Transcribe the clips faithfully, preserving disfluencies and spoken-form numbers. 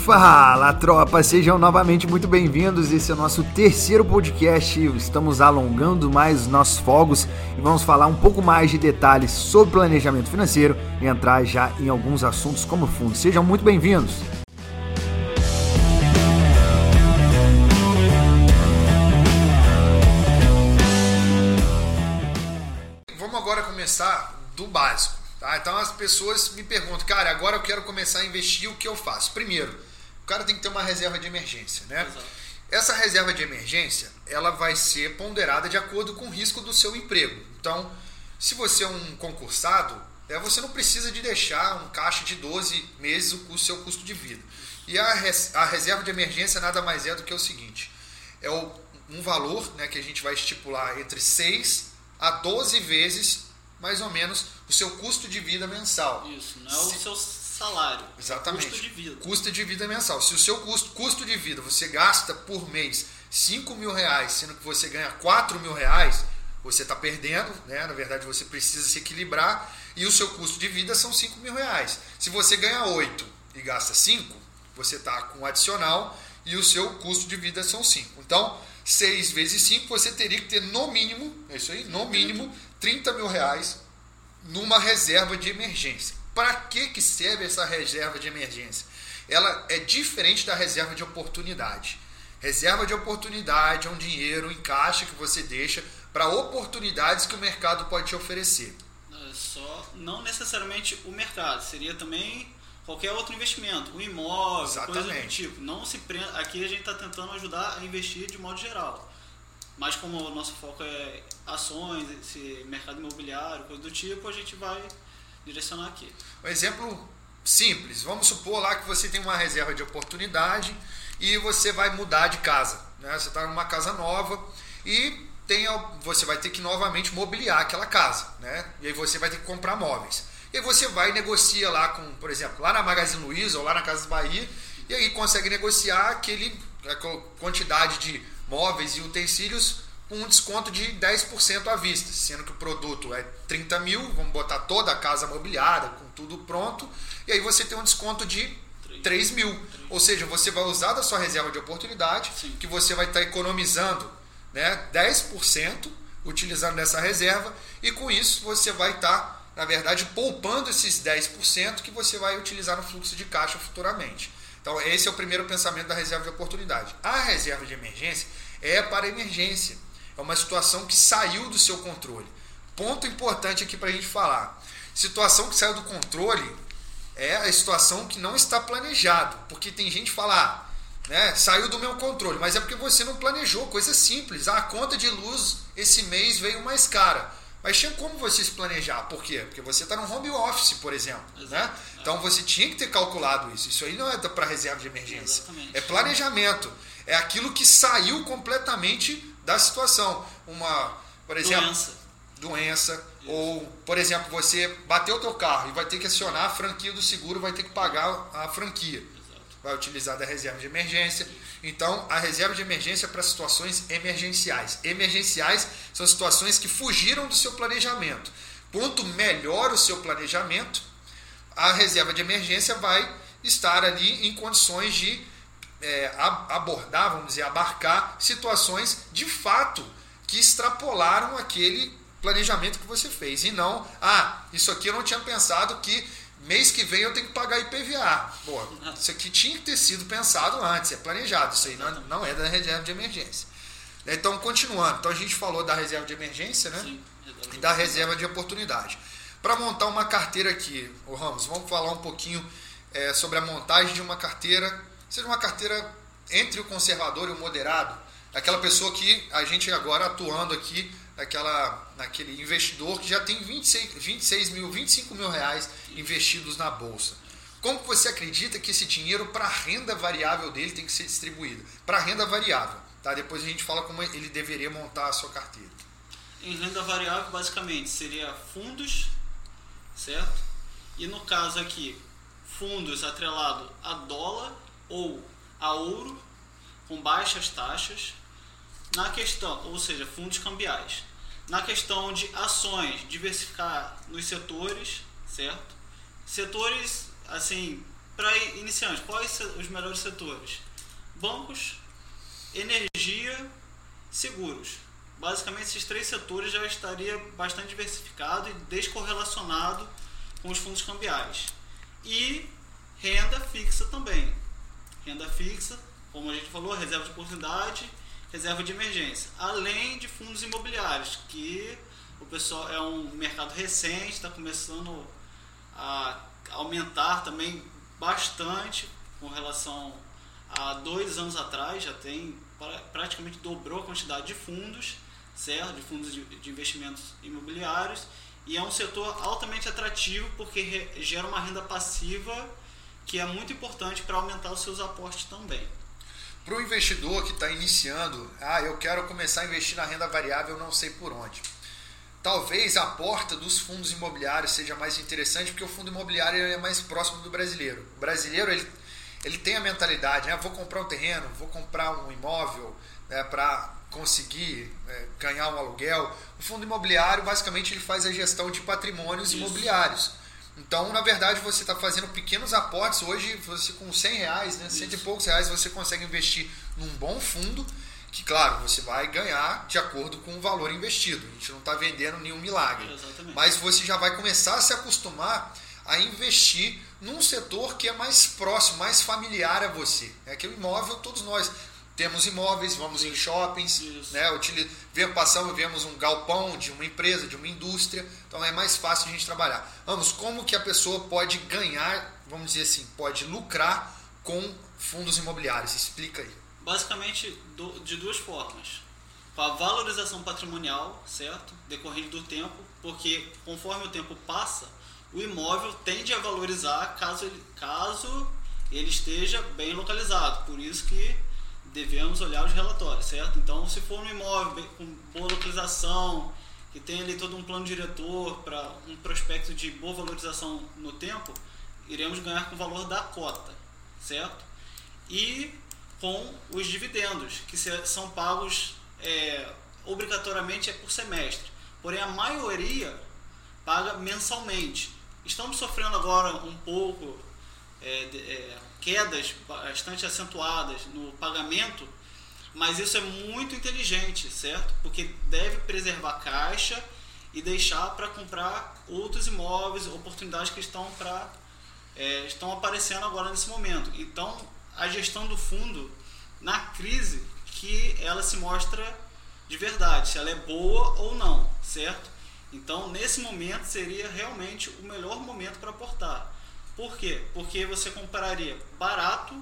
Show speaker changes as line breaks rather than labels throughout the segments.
Fala, tropa! Sejam novamente muito bem-vindos. Esse é o nosso terceiro podcast. Estamos alongando mais os nossos fogos e vamos falar um pouco mais de detalhes sobre planejamento financeiro e entrar já em alguns assuntos como fundos. Sejam muito bem-vindos!
Vamos agora começar do básico. Tá? Então as pessoas me perguntam, cara, agora eu quero começar a investir, o que eu faço? Primeiro, o cara tem que ter uma reserva de emergência, né? Exato. Essa reserva de emergência, ela vai ser ponderada de acordo com o risco do seu emprego. Então, se você é um concursado, é, você não precisa de deixar um caixa de doze meses o seu custo de vida. E a, res, a reserva de emergência nada mais é do que o seguinte, é o, um valor, né, que a gente vai estipular entre seis a doze vezes mais ou menos o seu custo de vida mensal.
Isso, não é o Se... seu salário.
Exatamente.
Custo de vida.
Custo de vida mensal. Se o seu custo, custo de vida você gasta por mês cinco mil reais, sendo que você ganha quatro mil reais, você está perdendo, né? Na verdade você precisa se equilibrar e o seu custo de vida são cinco mil reais. Se você ganha oito e gasta cinco, você está com um adicional e o seu custo de vida são cinco. Então, seis vezes cinco, você teria que ter no mínimo, é isso aí, no mínimo, trinta mil reais numa reserva de emergência. Para que que serve essa reserva de emergência? Ela é diferente da reserva de oportunidade. Reserva de oportunidade é um dinheiro em caixa que você deixa para oportunidades que o mercado pode te oferecer.
É só, não necessariamente o mercado, seria também qualquer outro investimento, um imóvel,
Exatamente.
Coisa do tipo. Não se prenda, aqui a gente está tentando ajudar a investir de modo geral. Mas como o nosso foco é ações, esse mercado imobiliário, coisa do tipo, a gente vai direcionar aqui.
Um exemplo simples, vamos supor lá que você tem uma reserva de oportunidade e você vai mudar de casa, né? Você está numa casa nova e tem, você vai ter que novamente mobiliar aquela casa, né? E aí você vai ter que comprar móveis. E aí você vai e negocia lá com, por exemplo, lá na Magazine Luiza ou lá na Casas Bahia e aí consegue negociar aquele, aquela quantidade de móveis e utensílios com um desconto de dez por cento à vista, sendo que o produto é trinta mil, vamos botar toda a casa mobiliada, com tudo pronto, e aí você tem um desconto de três mil. Ou seja, você vai usar da sua reserva de oportunidade, Sim. que você vai estar economizando, né, dez por cento utilizando dessa reserva, e com isso você vai estar, na verdade, poupando esses dez por cento que você vai utilizar no fluxo de caixa futuramente. Então, esse é o primeiro pensamento da reserva de oportunidade. A reserva de emergência é para emergência. É uma situação que saiu do seu controle. Ponto importante aqui para a gente falar. Situação que saiu do controle é a situação que não está planejado. Porque tem gente que fala, ah, né, saiu do meu controle, mas é porque você não planejou. Coisa simples. Ah, a conta de luz esse mês veio mais cara. Mas tinha como você se planejar. Por quê? Porque você está no home office, por exemplo. Né? Então você tinha que ter calculado isso. Isso aí não é para reserva de emergência.
Exatamente.
É planejamento. É aquilo que saiu completamente da situação. Uma, por exemplo,
doença.
doença ou, por exemplo, você bateu o teu carro e vai ter que acionar a franquia do seguro, vai ter que pagar a franquia. Vai utilizar da reserva de emergência. Então, a reserva de emergência é para situações emergenciais. Emergenciais são situações que fugiram do seu planejamento. Quanto melhor o seu planejamento, a reserva de emergência vai estar ali em condições de é, abordar, vamos dizer, abarcar situações de fato que extrapolaram aquele planejamento que você fez. E não, ah, isso aqui eu não tinha pensado que mês que vem eu tenho que pagar I P V A. Pô, isso aqui tinha que ter sido pensado antes, é planejado. Isso aí não, não é da reserva de emergência. Então, continuando. Então, a gente falou da reserva de emergência, né?
Sim,
e da reserva de oportunidade. Para montar uma carteira aqui, ô Ramos, vamos falar um pouquinho é, sobre a montagem de uma carteira, seja uma carteira entre o conservador e o moderado, aquela pessoa que a gente agora atuando aqui, Aquela, naquele investidor que já tem vinte e seis, vinte e seis mil, vinte e cinco mil reais investidos na bolsa. Como você acredita que esse dinheiro para a renda variável dele tem que ser distribuído? Para a renda variável, tá? Depois a gente fala como ele deveria montar a sua carteira.
Em renda variável, basicamente, seria fundos, certo? E no caso aqui, fundos atrelado a dólar ou a ouro, com baixas taxas. Na questão, ou seja, fundos cambiais. Na questão de ações, diversificar nos setores, certo? Setores, assim, para iniciantes, quais os melhores setores? Bancos, energia, seguros. Basicamente, esses três setores já estaria bastante diversificado e descorrelacionado com os fundos cambiais. E renda fixa também. Renda fixa, como a gente falou, reserva de oportunidade, reserva de emergência. Além de fundos imobiliários, que o pessoal é um mercado recente, está começando a aumentar também bastante com relação a dois anos atrás. Já tem praticamente dobrou a quantidade de fundos, certo? De fundos de, de investimentos imobiliários, e é um setor altamente atrativo porque re, gera uma renda passiva que é muito importante para aumentar os seus aportes também.
Para o investidor que está iniciando, ah, eu quero começar a investir na renda variável, não sei por onde. Talvez a porta dos fundos imobiliários seja mais interessante, porque o fundo imobiliário é mais próximo do brasileiro. O brasileiro ele, ele tem a mentalidade, né? Vou comprar um terreno, vou comprar um imóvel, né, para conseguir é, ganhar um aluguel. O fundo imobiliário, basicamente, ele faz a gestão de patrimônios Isso. imobiliários. Então, na verdade, você está fazendo pequenos aportes. Hoje, você com cem reais, né, cento e poucos reais, você consegue investir num bom fundo, que, claro, você vai ganhar de acordo com o valor investido. A gente não está vendendo nenhum milagre.
Exatamente.
Mas você já vai começar a se acostumar a investir num setor que é mais próximo, mais familiar a você. É que o imóvel, todos nós temos imóveis, vamos em shoppings, né, passamos, vemos um galpão de uma empresa, de uma indústria, então é mais fácil a gente trabalhar. Vamos, como que a pessoa pode ganhar, vamos dizer assim, pode lucrar com fundos imobiliários? Explica aí.
Basicamente, do, de duas formas. Com a valorização patrimonial, certo? Decorrente do tempo, porque conforme o tempo passa, o imóvel tende a valorizar caso ele, caso ele esteja bem localizado. Por isso que devemos olhar os relatórios, certo? Então, se for um imóvel com boa localização, que tem ali todo um plano diretor para um prospecto de boa valorização no tempo, iremos ganhar com o valor da cota, certo? E com os dividendos, que são pagos é, obrigatoriamente é por semestre. Porém, a maioria paga mensalmente. Estamos sofrendo agora um pouco é, é, quedas bastante acentuadas no pagamento, mas isso é muito inteligente, certo? Porque deve preservar a caixa e deixar para comprar outros imóveis, oportunidades que estão, pra, é, estão aparecendo agora nesse momento. Então, a gestão do fundo, na crise, que ela se mostra de verdade, se ela é boa ou não, certo? Então, nesse momento, seria realmente o melhor momento para aportar. Por quê? Porque você compraria barato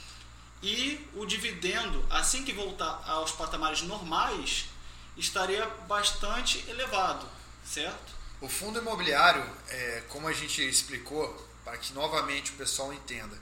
e o dividendo, assim que voltar aos patamares normais, estaria bastante elevado, certo?
O fundo imobiliário, é, como a gente explicou, para que novamente o pessoal entenda,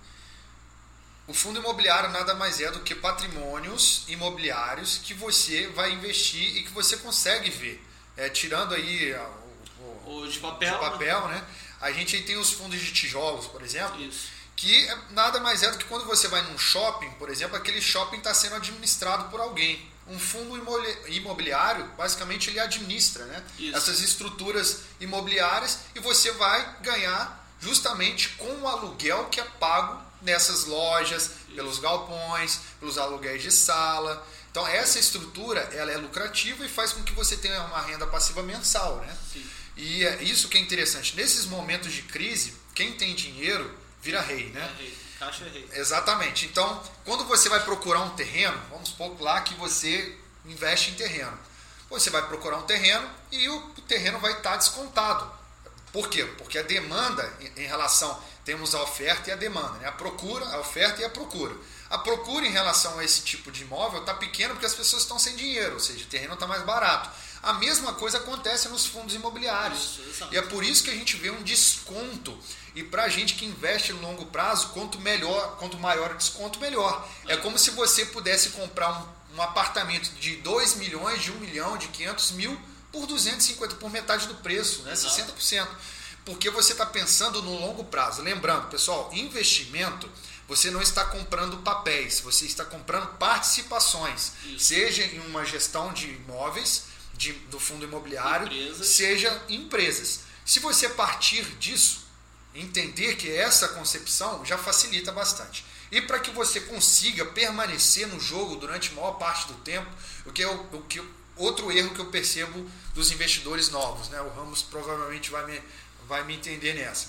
o fundo imobiliário nada mais é do que patrimônios imobiliários que você vai investir e que você consegue ver. É, tirando aí o, o,
o de papel,
de papel né? A gente tem os fundos de tijolos, por exemplo,
Isso.
que nada mais é do que quando você vai num shopping, por exemplo, aquele shopping está sendo administrado por alguém. Um fundo imobiliário, basicamente, ele administra, né, essas estruturas imobiliárias, e você vai ganhar justamente com o aluguel que é pago nessas lojas, Isso. pelos galpões, pelos aluguéis de sala. Então, essa estrutura ela é lucrativa e faz com que você tenha uma renda passiva mensal, né?
Sim.
E é isso que é interessante. Nesses momentos de crise, quem tem dinheiro vira rei, né?
É rei. Caixa é rei.
Exatamente. Então, quando você vai procurar um terreno, vamos supor lá que você investe em terreno. Você vai procurar um terreno e o terreno vai estar descontado. Por quê? Porque a demanda em relação... Temos a oferta e a demanda, né? A procura, a oferta e a procura. A procura em relação a esse tipo de imóvel está pequena porque as pessoas estão sem dinheiro, ou seja, o terreno está mais barato. A mesma coisa acontece nos fundos imobiliários.
Isso,
e é por isso que a gente vê um desconto. E para a gente que investe no longo prazo, quanto melhor, quanto maior o desconto, melhor. É, é como se você pudesse comprar um, um apartamento de dois milhões, de um milhão, de quinhentos mil, por duzentos e cinquenta, por metade do preço, né? sessenta por cento. Porque você está pensando no longo prazo. Lembrando, pessoal, investimento, você não está comprando papéis, você está comprando participações. Isso. Seja em uma gestão de imóveis, de, do fundo imobiliário,
empresas.
seja em empresas. Se você partir disso, entender que essa concepção já facilita bastante. E para que você consiga permanecer no jogo durante a maior parte do tempo, o que é o, o que, outro erro que eu percebo dos investidores novos, né? O Ramos provavelmente vai me, vai me entender nessa.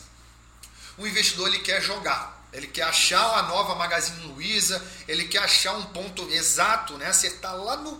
O investidor ele quer jogar, ele quer achar a nova Magazine Luiza, ele quer achar um ponto exato, né? Acertar lá no,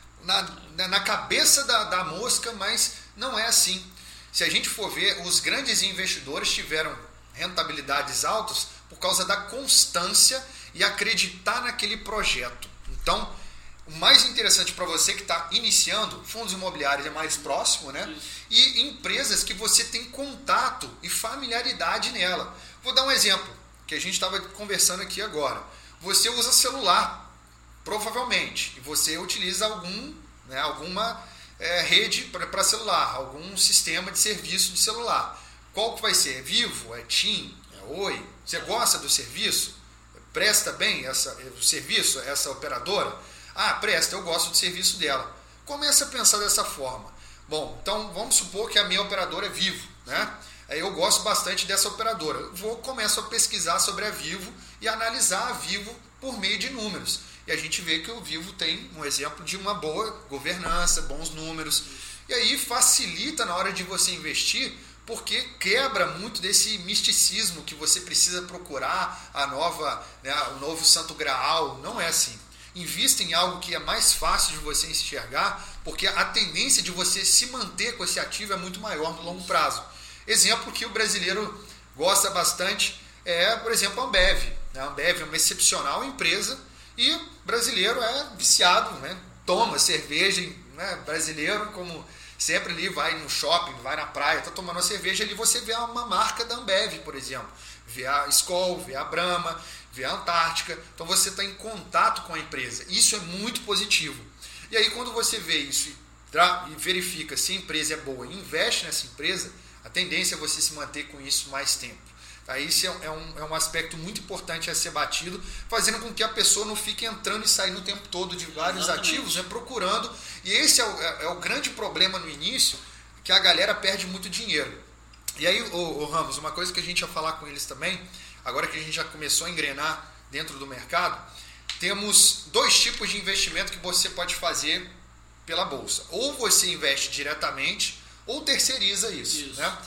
na, na cabeça da, da mosca, mas não é assim. Se a gente for ver, os grandes investidores tiveram rentabilidades altas por causa da constância e acreditar naquele projeto. Então, o mais interessante para você que está iniciando, fundos imobiliários é mais próximo, né? E empresas que você tem contato e familiaridade nela. Vou dar um exemplo, que a gente estava conversando aqui agora. Você usa celular, provavelmente, e você utiliza algum, né, alguma é, rede para celular, algum sistema de serviço de celular. Qual que vai ser? É Vivo? É TIM? É Oi? Você gosta do serviço? Presta bem essa, o serviço, essa operadora? Ah, presta, eu gosto do serviço dela. Começa a pensar dessa forma. Bom, então vamos supor que a minha operadora é Vivo, né? Eu gosto bastante dessa operadora. Eu vou começo a pesquisar sobre a Vivo e analisar a Vivo por meio de números. E a gente vê que o Vivo tem um exemplo de uma boa governança, bons números. E aí facilita na hora de você investir, porque quebra muito desse misticismo que você precisa procurar a nova, né, o novo santo graal. Não é assim. Invista em algo que é mais fácil de você enxergar, porque a tendência de você se manter com esse ativo é muito maior no longo prazo. Exemplo que o brasileiro gosta bastante é, por exemplo, a Ambev. A Ambev é uma excepcional empresa e o brasileiro é viciado, né? Toma cerveja, né? Brasileiro, como sempre ali vai no shopping, vai na praia, está tomando uma cerveja, ali você vê uma marca da Ambev, por exemplo. Vê a Skol, vê a Brahma, vê a Antártica. Então você está em contato com a empresa. Isso é muito positivo. E aí quando você vê isso e verifica se a empresa é boa e investe nessa empresa, a tendência é você se manter com isso mais tempo. Tá? Isso é um, é um aspecto muito importante a ser batido, fazendo com que a pessoa não fique entrando e saindo o tempo todo de vários Exatamente. ativos, né, procurando. E esse é o, é, é o grande problema no início, que a galera perde muito dinheiro. E aí, ô, ô Ramos, uma coisa que a gente ia falar com eles também, agora que a gente já começou a engrenar dentro do mercado, temos dois tipos de investimento que você pode fazer pela Bolsa. Ou você investe diretamente, ou terceiriza isso. isso. Né?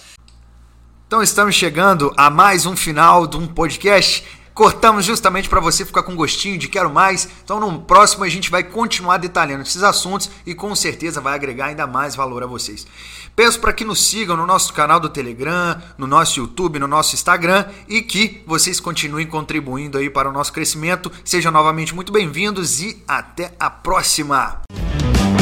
Então estamos chegando a mais um final de um podcast. Cortamos justamente para você ficar com gostinho de quero mais. Então no próximo a gente vai continuar detalhando esses assuntos e com certeza vai agregar ainda mais valor a vocês. Peço para que nos sigam no nosso canal do Telegram, no nosso YouTube, no nosso Instagram e que vocês continuem contribuindo aí para o nosso crescimento. Sejam novamente muito bem-vindos e até a próxima!